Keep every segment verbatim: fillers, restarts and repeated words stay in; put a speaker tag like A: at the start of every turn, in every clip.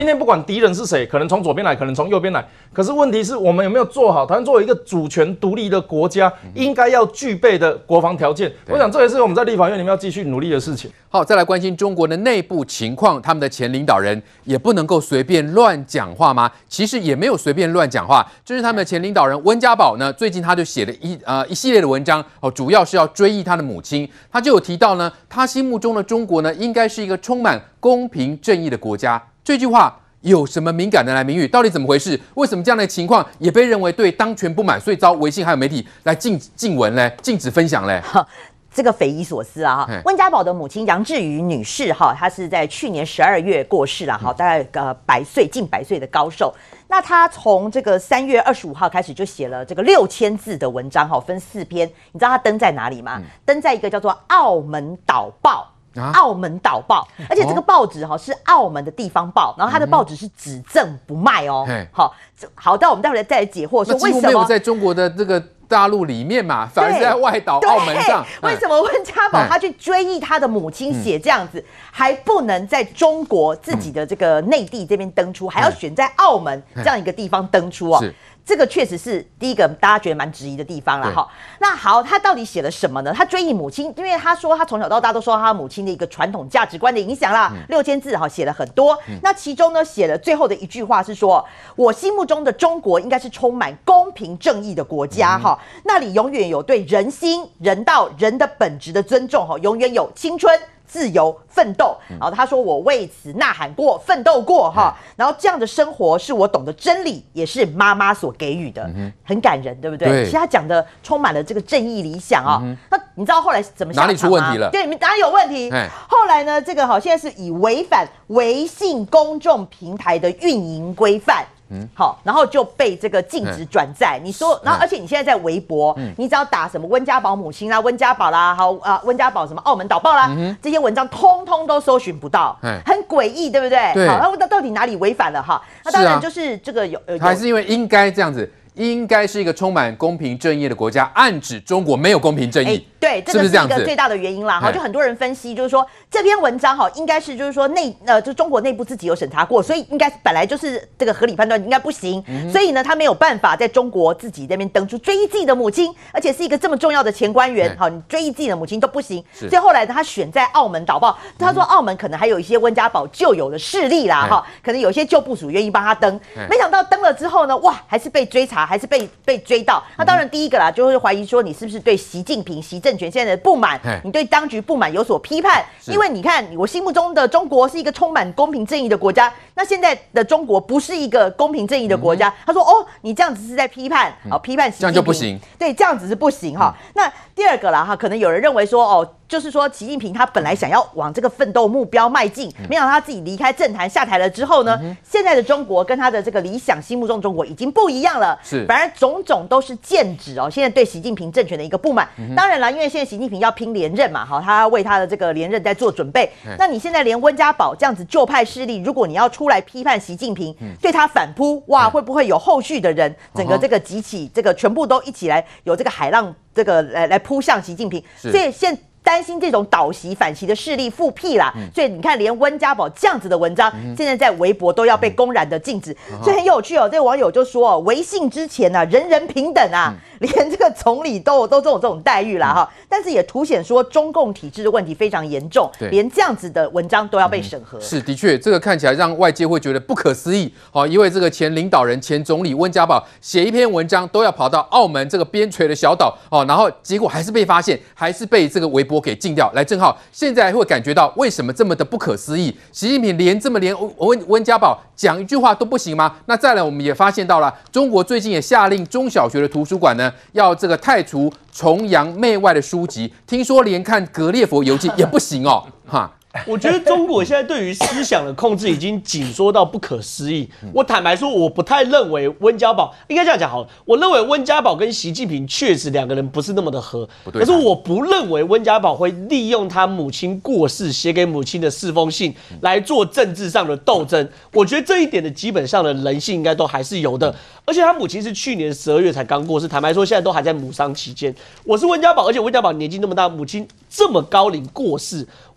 A: 今天不管敌人是谁，可能从左边来，可能从右边来，可是问题是我们有没有做好台湾作为一个主权独立的国家应该要具备的国防条件？我想这也是我们在立法院里面要继续努力的事情。
B: 好，再来关心中国的内部情况，他们的前领导人也不能够随便乱讲话吗？其实也没有随便乱讲话，这是他们的前领导人温家宝呢，最近他就写了一呃一系列的文章哦，主要是要追忆他的母亲，他就有提到呢，他心目中的中国呢，应该是一个充满公平正义的国家。这句话有什么敏感的来明语？到底怎么回事？为什么这样的情况也被认为对当权不满，所以遭微信还有媒体来禁禁文嘞，禁止分享嘞？
C: 这个匪夷所思啊！哈，温家宝的母亲杨志瑜女士哈，她是在去年十二月过世了哈，大概呃百岁近百岁的高寿。那她从这个三月二十五号开始就写了这个六千字的文章哈，分四篇。你知道她登在哪里吗？嗯、登在一个叫做《澳门导报》。啊、澳门导报，而且这个报纸哈是澳门的地方报，然后它的报纸是只赠不卖哦。嗯、好，好，那我们待会再来解惑，说为什么
B: 没有在中国的这个大陆里面嘛，反而是在外岛澳门上，
C: 为什么温家宝他去追忆他的母亲写这样子，嗯、还不能在中国自己的这个内地这边登出，嗯、还要选在澳门这样一个地方登出哦？是。这个确实是第一个大家觉得蛮质疑的地方了哈。那好，他到底写了什么呢？他追忆母亲，因为他说他从小到大都受到他母亲的一个传统价值观的影响啦。嗯、六千字哈写了很多，嗯、那其中呢写了最后的一句话是说，我心目中的中国应该是充满公平正义的国家哈，嗯、那里永远有对人心、人道、人的本质的尊重哈，永远有青春。自由奋斗，然后他说我为此呐喊过，奋斗过哈，然后这样的生活是我懂的真理，也是妈妈所给予的，嗯、很感人，对不对？对，其实他讲的充满了这个正义理想啊、哦。嗯、那你知道后来怎么下场吗？
B: 哪里出问题了？
C: 对，哪里有问题？后来呢，这个好现在是以违反微信公众平台的运营规范。嗯，好，然后就被这个禁止转载。嗯、你说，然后而且你现在在微博，嗯、你只要打什么温家宝母亲啦、温家宝啦，好啊、呃，温家宝什么澳门导报啦，嗯、这些文章通通都搜寻不到，嗯、很诡异，对不对？
B: 对。
C: 好，那到底哪里违反了哈？那当然就是这个有，啊、有
B: 还是因为应该这样子。应该是一个充满公平正义的国家，暗指中国没有公平正义，
C: 对，这个是一个最大的原因啦。哈，就很多人分析，就是说这篇文章哈，应该是就是说内呃，就中国内部自己有审查过，所以应该本来就是这个合理判断应该不行，嗯、所以呢，他没有办法在中国自己那边登出追忆自己的母亲，而且是一个这么重要的前官员，好，你追忆自己的母亲都不行。所以后来呢，他选在澳门导报，他说澳门可能还有一些温家宝旧有的势力啦，哈，可能有些旧部署愿意帮他登，没想到登了之后呢，哇，还是被追查，还是被被。追到，那当然第一个啦，就会怀疑说你是不是对习近平、习政权现在的不满，你对当局不满有所批判，因为你看我心目中的中国是一个充满公平正义的国家，那现在的中国不是一个公平正义的国家。嗯、他说哦，你这样子是在批判，好、嗯、批判习近平，
B: 这样就不行，
C: 对，这样子是不行哈。嗯、那第二个啦哈，可能有人认为说哦。就是说，习近平他本来想要往这个奋斗目标迈进，没想到他自己离开政坛下台了之后呢，嗯、现在的中国跟他的这个理想心目中的中国已经不一样了。是，反而种种都是剑指哦，现在对习近平政权的一个不满。嗯、当然啦，因为现在习近平要拼连任嘛，哈，他为他的这个连任在做准备。嗯、那你现在连温家宝这样子旧派势力，如果你要出来批判习近平，嗯、对他反扑，哇，会不会有后续的人，整个这个集起，这个全部都一起来有这个海浪，这个来来扑向习近平？所以现担心这种倒习反习的势力复辟啦，嗯、所以你看，连温家宝这样子的文章，嗯、现在在微博都要被公然的禁止，嗯、所以很有趣哦。这个网友就说，微信之前啊，人人平等啊，嗯、连这个总理都都这种这种待遇啦哈。嗯、但是也凸显说，中共体制的问题非常严重，连这样子的文章都要被审核。嗯、
B: 是，的确，这个看起来让外界会觉得不可思议。好，因为这个前领导人、前总理温家宝写一篇文章，都要跑到澳门这个边陲的小岛哦，然后结果还是被发现，还是被这个微博给禁掉。来，正好现在会感觉到为什么这么的不可思议？习近平连这么连温温家宝讲一句话都不行吗？那再来，我们也发现到了，中国最近也下令中小学的图书馆呢，要这个汰除崇洋媚外的书籍，听说连看《格列佛游记》也不行哦，哈。
D: 我觉得中国现在对于思想的控制已经紧缩到不可思议。我坦白说，我不太认为温家宝应该这样讲好了。我认为温家宝跟习近平确实两个人不是那么的合，可是我不认为温家宝会利用他母亲过世写给母亲的四封信来做政治上的斗争。我觉得这一点的基本上的人性应该都还是有的。而且他母亲是去年十二月才刚过世，坦白说现在都还在母丧期间。我是温家宝，而且温家宝年纪那么大，母亲这么高龄过世。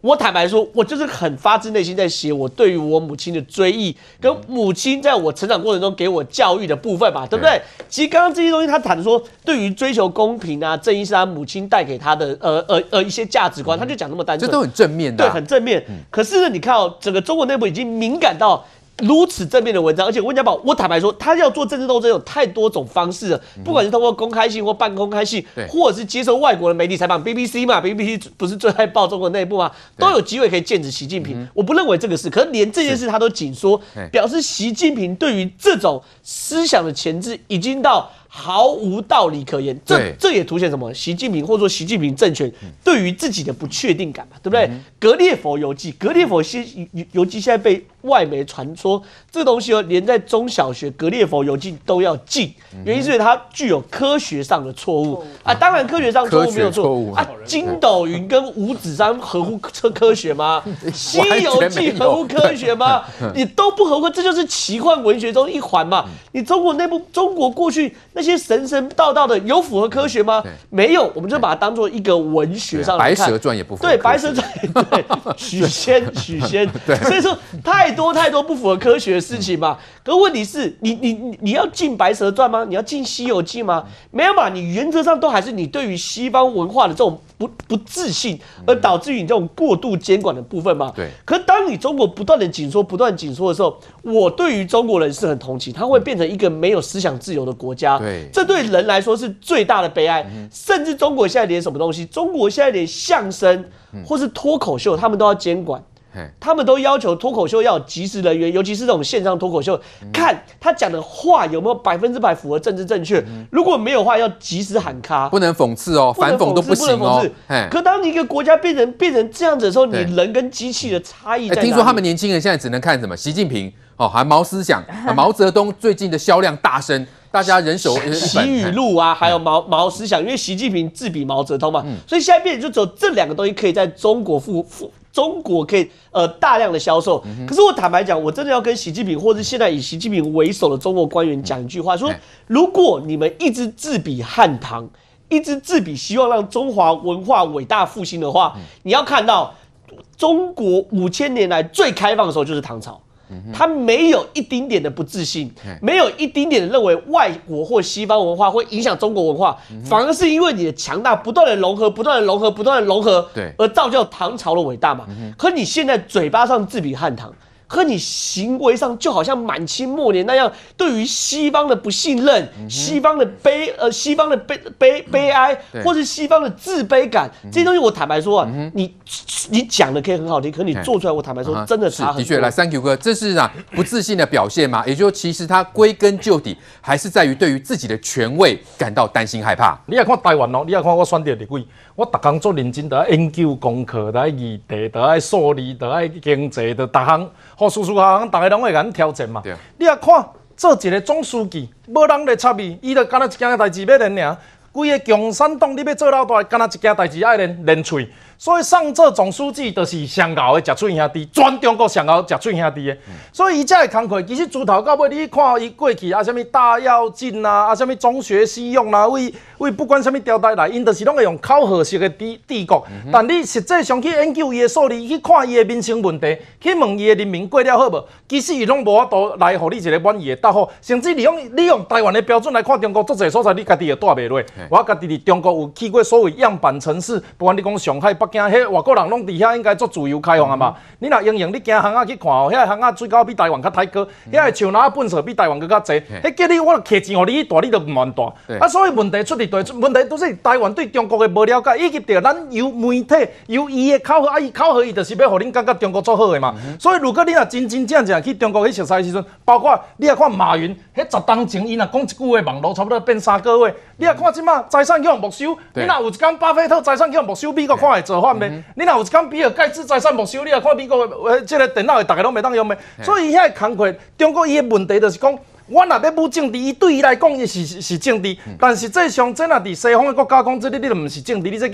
D: 我坦白说，我就是很发自内心在写我对于我母亲的追忆，跟母亲在我成长过程中给我教育的部分嘛，对不对？其实刚刚这些东西，他谈说对于追求公平啊、正义是他母亲带给他的呃呃呃一些价值观，他就讲那么单纯，
B: 这都很正面的、
D: 啊，对，很正面。嗯、可是呢，你看哦，整个中国内部已经敏感到如此正面的文章，而且温家宝，我坦白说，他要做政治斗争有太多种方式了，不管是通过公开性或半公开性，或者是接受外国的媒体采访 ，B B C 嘛 ，B B C 不是最爱报中国内部吗？都有机会可以剑指习近平。我不认为这个是，可是连这件事他都紧缩，表示习近平对于这种思想的钳制已经到毫无道理可言。这这也凸显什么？习近平或者说习近平政权对于自己的不确定感嘛，对不对？格列佛游记，格列佛游记现在被外媒传说这个东西哦，连在中小学格列佛游记都要禁，原因是因为它具有科学上的错误啊。当然科学上错误没有错啊。筋斗云跟五指山合乎科科学吗？西游记合乎科学吗？你都不合乎，这就是奇幻文学中一环嘛。你中国内部，中国过去那些神神道道的，有符合科学吗？没有，我们就把它当做一个文学上来看。
B: 白蛇传也不符合
D: 对，白蛇传对，许仙许仙，所以说太多太多不符合科学的事情嘛。可问题是你你你你要进白蛇传吗？你要进西游记吗？没有嘛，你原则上都还是你对于西方文化的这种不不自信，而导致于你这种过度监管的部分嘛。对。可当你中国不断的紧缩、不断紧缩的时候，我对于中国人是很同情，他会变成一个没有思想自由的国家。对。这对人来说是最大的悲哀。嗯、甚至中国现在连什么东西，中国现在连相声或是脱口秀，他们都要监管。他们都要求脱口秀要有即时人员，尤其是这种线上脱口秀，嗯、看他讲的话有没有百分之百符合政治正确。嗯、如果没有话，要及时喊卡，
B: 不能讽刺哦，反讽都不行哦。
D: 可当你一个国家变成变成这样子的时候，你人跟机器的差异在哪里？
B: 听说他们年轻人现在只能看什么习近平哦，还毛思想、啊、毛泽东最近的销量大升。大家人手
D: 习语录啊，还有毛毛思想，因为习近平自比毛泽东嘛，嗯、所以现在变成就只有这两个东西可以在中国复复中国可以呃大量的销售。嗯、可是我坦白讲，我真的要跟习近平，或是现在以习近平为首的中国官员讲一句话，说：如果你们一直自比汉唐，一直自比希望让中华文化伟大复兴的话，嗯、你要看到中国五千年来最开放的时候就是唐朝。他没有一丁点的不自信，没有一丁点的认为外国或西方文化会影响中国文化，反而是因为你的强大，不断的融合，不断的融合，不断的融合，而造就唐朝的伟大嘛。可你现在嘴巴上自比汉唐，可你行为上就好像满清末年那样，对于西方的不信任、嗯、西方的悲呃西方的悲悲悲哀，或是西方的自卑感，嗯、这些东西我坦白说啊，嗯、你你讲的可以很好听，可你做出来，我坦白说真的差很多。
B: 的确，来三 Q 哥，这是啊不自信的表现嘛？也就是其实他归根究底还是在于对于自己的权位感到担心害怕。
A: 你来看台湾哦，你来看我选择立委，我逐工做认真，在研究功课，在议题，在数理，在经济，在逐项。好，叔叔行，大家拢会甲咱挑战嘛。你啊看，做一个总书记，无人来插伊，伊就干那一件代志要练尔。规个共产党你要做老大，干那一件代志爱练练喙。所以上做总书记就是上熬的食喙兄弟，全中国上熬食喙兄弟的。嗯、所以伊这个工课，其实自头到尾，你看伊过去啊，什么大跃进啊，啊什么中学西用啦、啊，为为不管什么朝代来，因就是拢会用考核式的帝帝国。嗯、但你实际上去研究伊的数字，去看伊的民生问题，去问伊的人民过了好无？其实伊拢无法度来，互你一个满意的答复。甚至你用你用台湾的标准来看中国，足侪所在你家己也带袂落。我家己伫中国有去过所谓样板城市，不管你讲上海、北京，迄外国人拢伫遐应该做自由开放啊嘛。嗯、你若应用你行巷仔去看哦，遐巷仔水沟比台湾较抬高，遐个树林本色比台湾更较侪。迄叫你我摕钱互你去大，你都唔愿大。啊，所以问题出伫对，问题都是台湾对中国的无了解，以及着咱由媒体由伊的考核，啊伊考核伊就是要互恁感觉中国做好的嘛。嗯、所以如果你若真真正正去中国去熟悉的时阵，包括你若看马云，迄十当前伊若讲一句话，网络差不多变三个月。你若看即马财产去互没收，你若有一天巴菲特财产去互没收，美国看会做法咩？嗯、你若有一天比尔盖茨财产没收，你若看美国的即个电脑的大家拢袂当用咩？所以遐个工课，中国伊的问题就是讲。我若要武政治，伊对伊来讲伊是是政治，但实际上，这若伫西方的国家讲，这你你就唔是政治，你这叫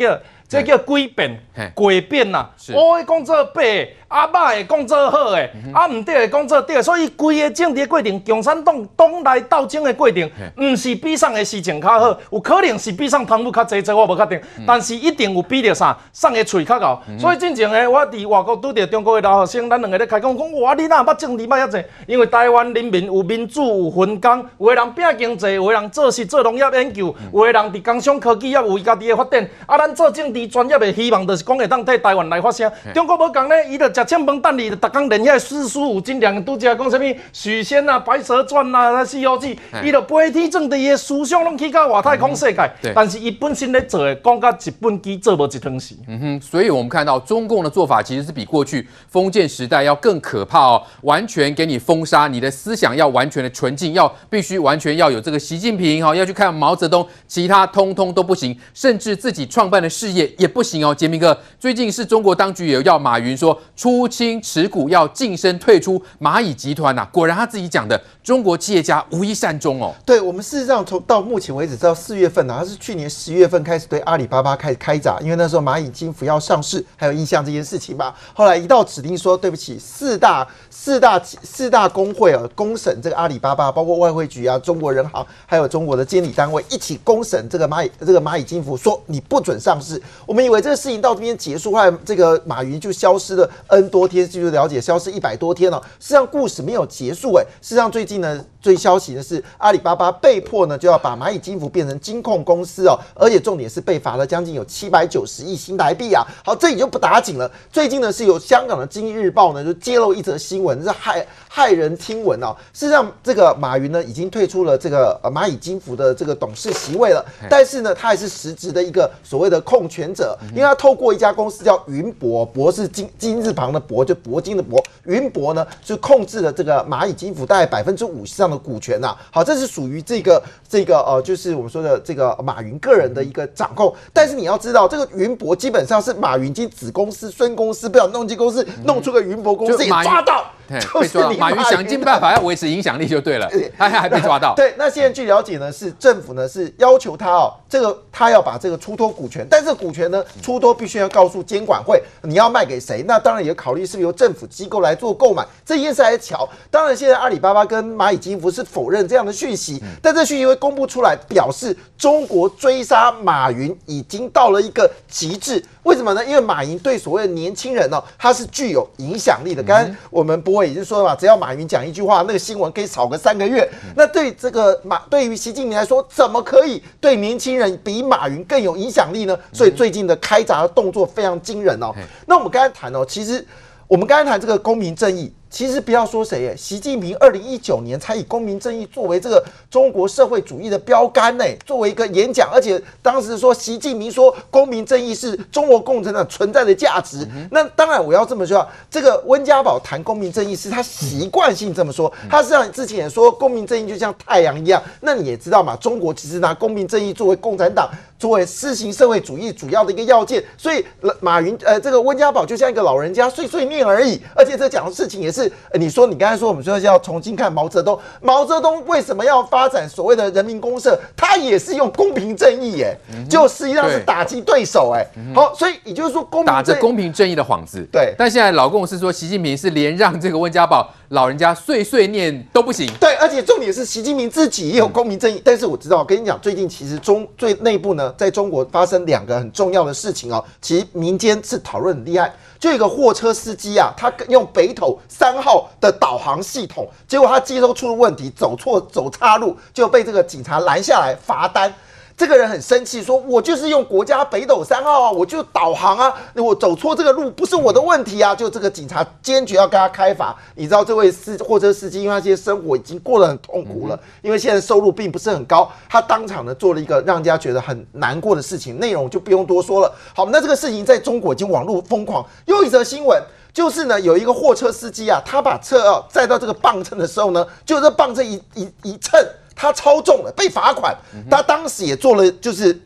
A: 这叫诡辩、诡辩呐。乌的讲做白的，啊歹的讲做好的，啊唔对的讲做对的。所以规个政治过程，共产党党内斗争的过程，唔是比上的事情较好，有可能是比上贪污较济，这我无确定。但是一定有比着啥，送的嘴较厚。所以进前的我伫外国拄着中国的留学生，咱两个咧开讲讲，哇，你哪捌政治捌遐济？因为台湾人民有民主，有分工，有的人拼经济，有的人做事做农业研究，有的人伫工商科技业有伊家己的发展。啊，咱做政治专业的，希望就是讲会当替台湾来发声。中国无共咧，伊就食堑饭等你，就逐工练遐诗书有精良，拄则讲啥物许仙啊、白蛇传啊、西游记，伊就飞天遁地的思想拢去到外太空世界。但是伊本身咧做的，讲甲一本机做无一汤匙。
B: 嗯哼，所以我们看到中共的做法其实是比过去封建时代要更可怕哦，完全给你封杀，你的思想要完全的纯净，要必须完全要有这个习近平哈、哦，要去看毛泽东，其他通通都不行，甚至自己创办的事业也不行哦。杰明哥，最近是中国当局也要马云说出清持股，要净身退出蚂蚁集团呐、啊。果然他自己讲的，中国企业家无一善终哦。
E: 对，我们事实上从到目前为止，到四月份呢、啊，他是去年十月份开始对阿里巴巴开始开闸，因为那时候蚂蚁金服要上市，还有印象这件事情吧。后来一道指令说，对不起，四大四大四大工会啊，公审这个阿里巴巴，包括外汇局啊、中国人行，还有中国的监理单位一起公审这个蚂蚁这个蚂蚁金服，说你不准上市。我们以为这个事情到这边结束，后来这个马云就消失了 N 多天，据了解消失一百多天了、哦。事实上故事没有结束哎，事实上最近呢，最消息的是阿里巴巴被迫呢就要把蚂蚁金服变成金控公司哦，而且重点是被罚了将近有七百九十亿新台币啊。好，这里就不打紧了。最近呢是由香港的经济日报呢就揭露一则新闻，是骇骇人听闻哦。事实上，这个马云呢已经退出了这个呃蚂蚁金服的这个董事席位了，但是呢他还是实质的一个所谓的控权者，因为他透过一家公司叫云博，博是金金字旁的博，就铂金的铂，云博呢就控制了这个蚂蚁金服大概百分之五十上的股权呐、啊。好，这是属于这个这个呃，就是我们说的这个马云个人的一个掌控。但是你要知道，这个云博基本上是马云经子公司、孙公司，不要弄进公司，弄出个云博公司也抓到。
B: 被抓到，马云想尽办法要维持影响力就对了，他还被抓到。
E: 对，那现在据了解呢，是政府呢是要求他哦，这个他要把这个出脱股权，但是股权呢出脱必须要告诉监管会你要卖给谁，那当然也考虑是不是由政府机构来做购买，这件事还巧。当然，现在阿里巴巴跟蚂蚁金服是否认这样的讯息，但这讯息会公布出来，表示中国追杀马云已经到了一个极致。为什么呢？因为马云对所谓的年轻人哦，他是具有影响力的。刚才我们博伟已经说了嘛，只要马云讲一句话，那个新闻可以炒个三个月。那对这个马，对于习近平来说，怎么可以对年轻人比马云更有影响力呢？所以最近的开闸的动作非常惊人哦。那我们刚才谈哦，其实我们刚才谈这个公平正义。其实不要说谁耶，习近平二零一九年才以公平正义作为这个中国社会主义的标杆呢，作为一个演讲，而且当时说习近平说公平正义是中国共产党存在的价值。嗯、那当然我要这么说，这个温家宝谈公平正义是他习惯性这么说，他实际上之前也说公平正义就像太阳一样。那你也知道嘛，中国其实拿公平正义作为共产党作为施行社会主义主要的一个要件，所以马云呃这个温家宝就像一个老人家碎碎念而已，而且这讲的事情也是。你说你刚才说我们说要重新看毛泽东，毛泽东为什么要发展所谓的人民公社？他也是用公平正义耶，嗯、就实际上是打击对手哎。嗯、好，所以也就是说公平
B: 打着公平正义的幌子。
E: 对，
B: 但现在老共是说习近平是连让这个温家宝老人家碎碎念都不行。
E: 对，而且重点是习近平自己也有公平正义。嗯、但是我知道，我跟你讲，最近其实中最内部呢，在中国发生两个很重要的事情哦，其实民间是讨论很厉害。就有一个货车司机啊，他用北斗三号的导航系统，结果他接收出了问题，走错走岔路，就被这个警察拦下来罚单。这个人很生气，说：“我就是用国家北斗三号啊，我就导航啊，我走错这个路不是我的问题啊。”就这个警察坚决要跟他开罚。你知道这位司货车司机，因为他现在生活已经过得很痛苦了，因为现在收入并不是很高，他当场呢做了一个让人家觉得很难过的事情，内容就不用多说了。好，那这个事情在中国已经网络疯狂。又一则新闻。就是呢，有一个货车司机啊，他把车啊载到这个磅秤的时候呢，就这磅秤一一一称，他超重了，被罚款。他当时也做了，就是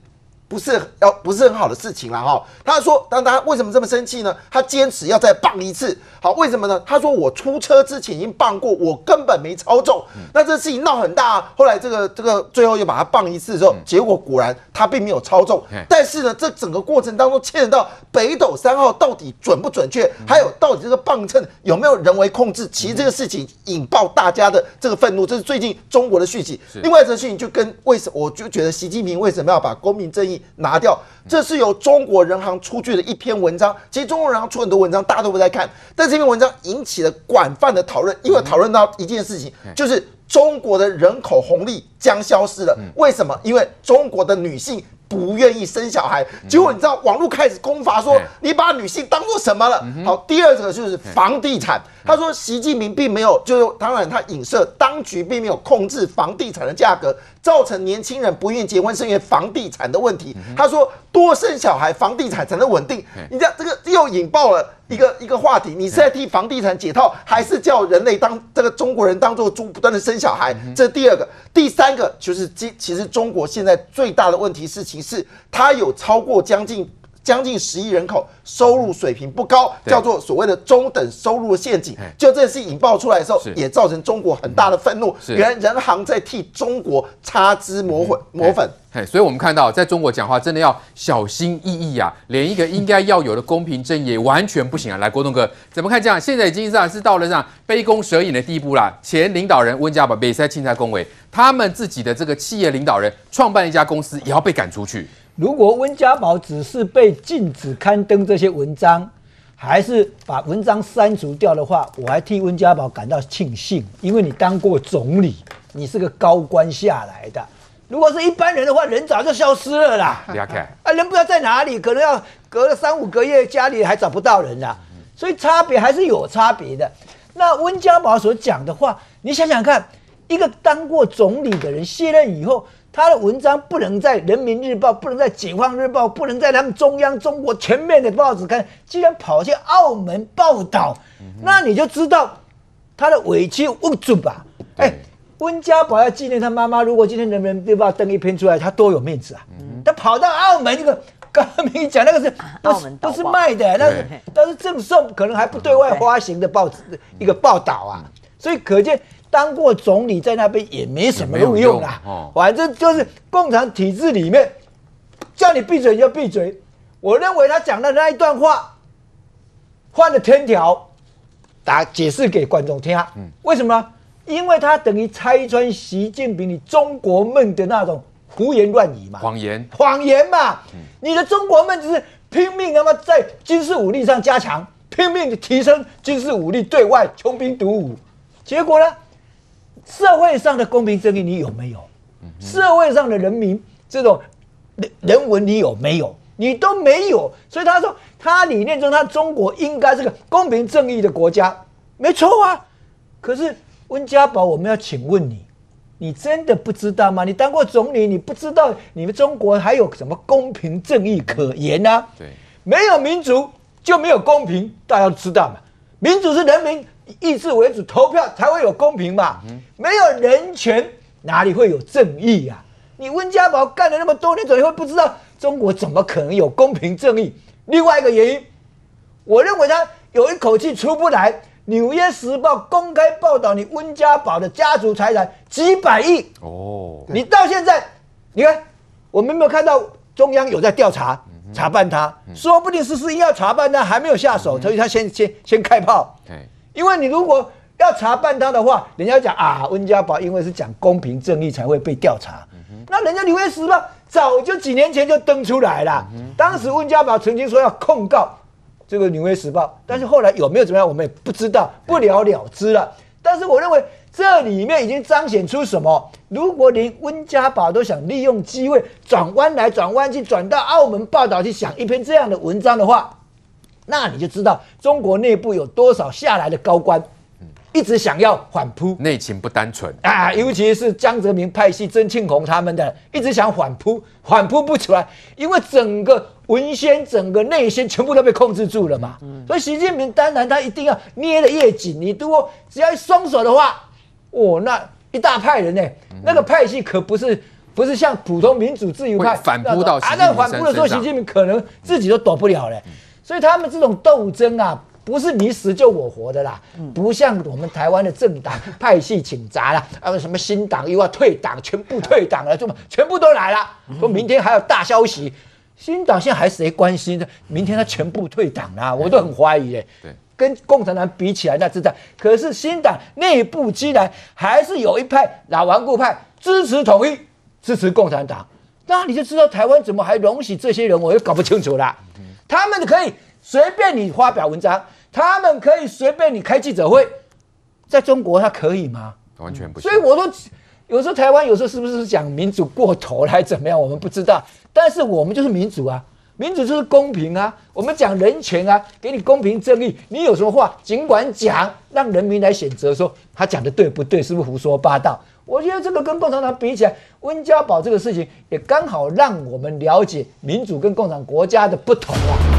E: 不是要不是很好的事情啦哈。他说，当他为什么这么生气呢？他坚持要再棒一次。好，为什么呢？他说我出车之前已经棒过，我根本没超重。嗯、那这事情闹很大、啊，后来这个这个最后又把他棒一次的时候，嗯、结果果然他并没有超重。嗯、但是呢，这整个过程当中牵扯到北斗三号到底准不准确，嗯、还有到底这个磅秤有没有人为控制。其实这个事情引爆大家的这个愤怒，这是最近中国的讯息。另外，这个事情就跟为什么我就觉得习近平为什么要把公平正义拿掉？这是由中国人行出具的一篇文章。其实中国人行出很多文章，大家都不在看，但这篇文章引起了广泛的讨论，因为讨论到一件事情，就是中国的人口红利将消失了。为什么？因为中国的女性不愿意生小孩，结果你知道网络开始攻伐说你把女性当作什么了？好，第二个就是房地产。他说习近平并没有，就是当然他影射当局并没有控制房地产的价格，造成年轻人不愿意结婚是因为房地产的问题。他说多生小孩，房地产才能稳定。你这样这个又引爆了一个一个话题，你是在替房地产解套，还是叫人类当这个中国人当做猪不断的生小孩？这是第二个。第三个就是其实中国现在最大的问题事情是，它有超过将近。将近十亿人口收入水平不高，叫做所谓的中等收入陷阱。就这事引爆出来的时候，也造成中国很大的愤怒。原来人行在替中国擦脂抹粉，抹粉。
B: 所以我们看到，在中国讲话真的要小心翼翼啊，连一个应该要有的公平正义也完全不行啊！来，国栋哥怎么看这样？现在已经是到了这样杯弓蛇影的地步啦。前领导人温家宝、北塞钦差恭维，他们自己的这个企业领导人创办一家公司，也要被赶出去。
F: 如果温家宝只是被禁止刊登这些文章，还是把文章删除掉的话，我还替温家宝感到庆幸，因为你当过总理，你是个高官下来的。如果是一般人的话，人早就消失了啦。啊，人不知道在哪里，可能要隔了三五个月，家里还找不到人啦。所以差别还是有差别的。那温家宝所讲的话，你想想看，一个当过总理的人卸任以后，他的文章不能在《人民日报》，不能在《解放日报》，不能在他们中央中国全面的报纸看，既然跑去澳门报道，那你就知道他的委屈无助吧？哎、欸，温家宝要纪念他妈妈，如果今天《人民日报》登一篇出来，他多有面子啊！嗯、他跑到澳门，这个刚刚明讲那个是不是不是卖的，那是但是赠送，可能还不对外发行的报纸一个报道啊，所以可见。当过总理在那边也没什么路用啦，哦、反正就是共产体制里面叫你闭嘴就闭嘴。我认为他讲的那一段话换了天条，打解释给观众听。嗯、为什么呢？因为他等于拆穿习近平你中国梦的那种胡言乱语嘛，
B: 谎言，
F: 谎言嘛。嗯、你的中国梦只是拼命他妈在军事武力上加强，拼命的提升军事武力，对外穷兵黩武，结果呢？社会上的公平正义你有没有？社会上的人民这种人文你有没有？你都没有，所以他说他理念中他中国应该是个公平正义的国家，没错啊。可是温家宝，我们要请问你，你真的不知道吗？你当过总理，你不知道你们中国还有什么公平正义可言啊？对，没有民主就没有公平，大家都知道嘛。民主是人民意志为主，投票才会有公平嘛。嗯、没有人权，哪里会有正义啊？你温家宝干了那么多年，怎么会不知道中国怎么可能有公平正义？另外一个原因，我认为他有一口气出不来。《纽约时报》公开报道你温家宝的家族财产几百亿哦，你到现在，你看我们没有看到中央有在调查。查办他，说不定是是要查办他，还没有下手，所以他先先先开炮。因为你如果要查办他的话，人家讲啊，温家宝因为是讲公平正义才会被调查，那人家《纽约时报》早就几年前就登出来了。当时温家宝曾经说要控告这个《纽约时报》，但是后来有没有怎么样，我们也不知道，不了了之了。但是我认为这里面已经彰显出什么？如果连温家宝都想利用机会转弯来转弯去，转到澳门报道去想一篇这样的文章的话，那你就知道中国内部有多少下来的高官一直想要反扑，
B: 内情不单纯
F: 啊！尤其是江泽民派系、曾庆红他们的，一直想反扑，反扑不出来，因为整个文宣、整个内宣全部都被控制住了嘛。嗯、所以习近平当然他一定要捏得越紧，你如果只要一松手的话，哦，那一大派人呢、欸，那个派系可不是不是像普通民主自由派
B: 反扑到习近平
F: 啊，那反扑的时候，习近平可能自己都躲不了嘞。所以他们这种斗争啊，不是你死就我活的啦，不像我们台湾的政党派系请闸啦，啊什么新党又要退党，全部退党了，这么全部都来了，说明天还有大消息。新党现在还谁关心呢？明天他全部退党啦，我都很怀疑嘞。
B: 对，
F: 跟共产党比起来，那真的。可是新党内部竟然还是有一派老顽固派支持统一，支持共产党，那你就知道台湾怎么还容许这些人，我又搞不清楚啦。他们可以随便你发表文章，他们可以随便你开记者会，在中国他可以吗？
B: 完全不行。
F: 所以我都有时候台湾有时候是不是讲民主过头了，还怎么样？我们不知道。但是我们就是民主啊，民主就是公平啊。我们讲人权啊，给你公平正义，你有什么话尽管讲，让人民来选择说他讲的对不对，是不是胡说八道？我觉得这个跟共产党比起来，温家宝这个事情也刚好让我们了解民主跟共产国家的不同啊。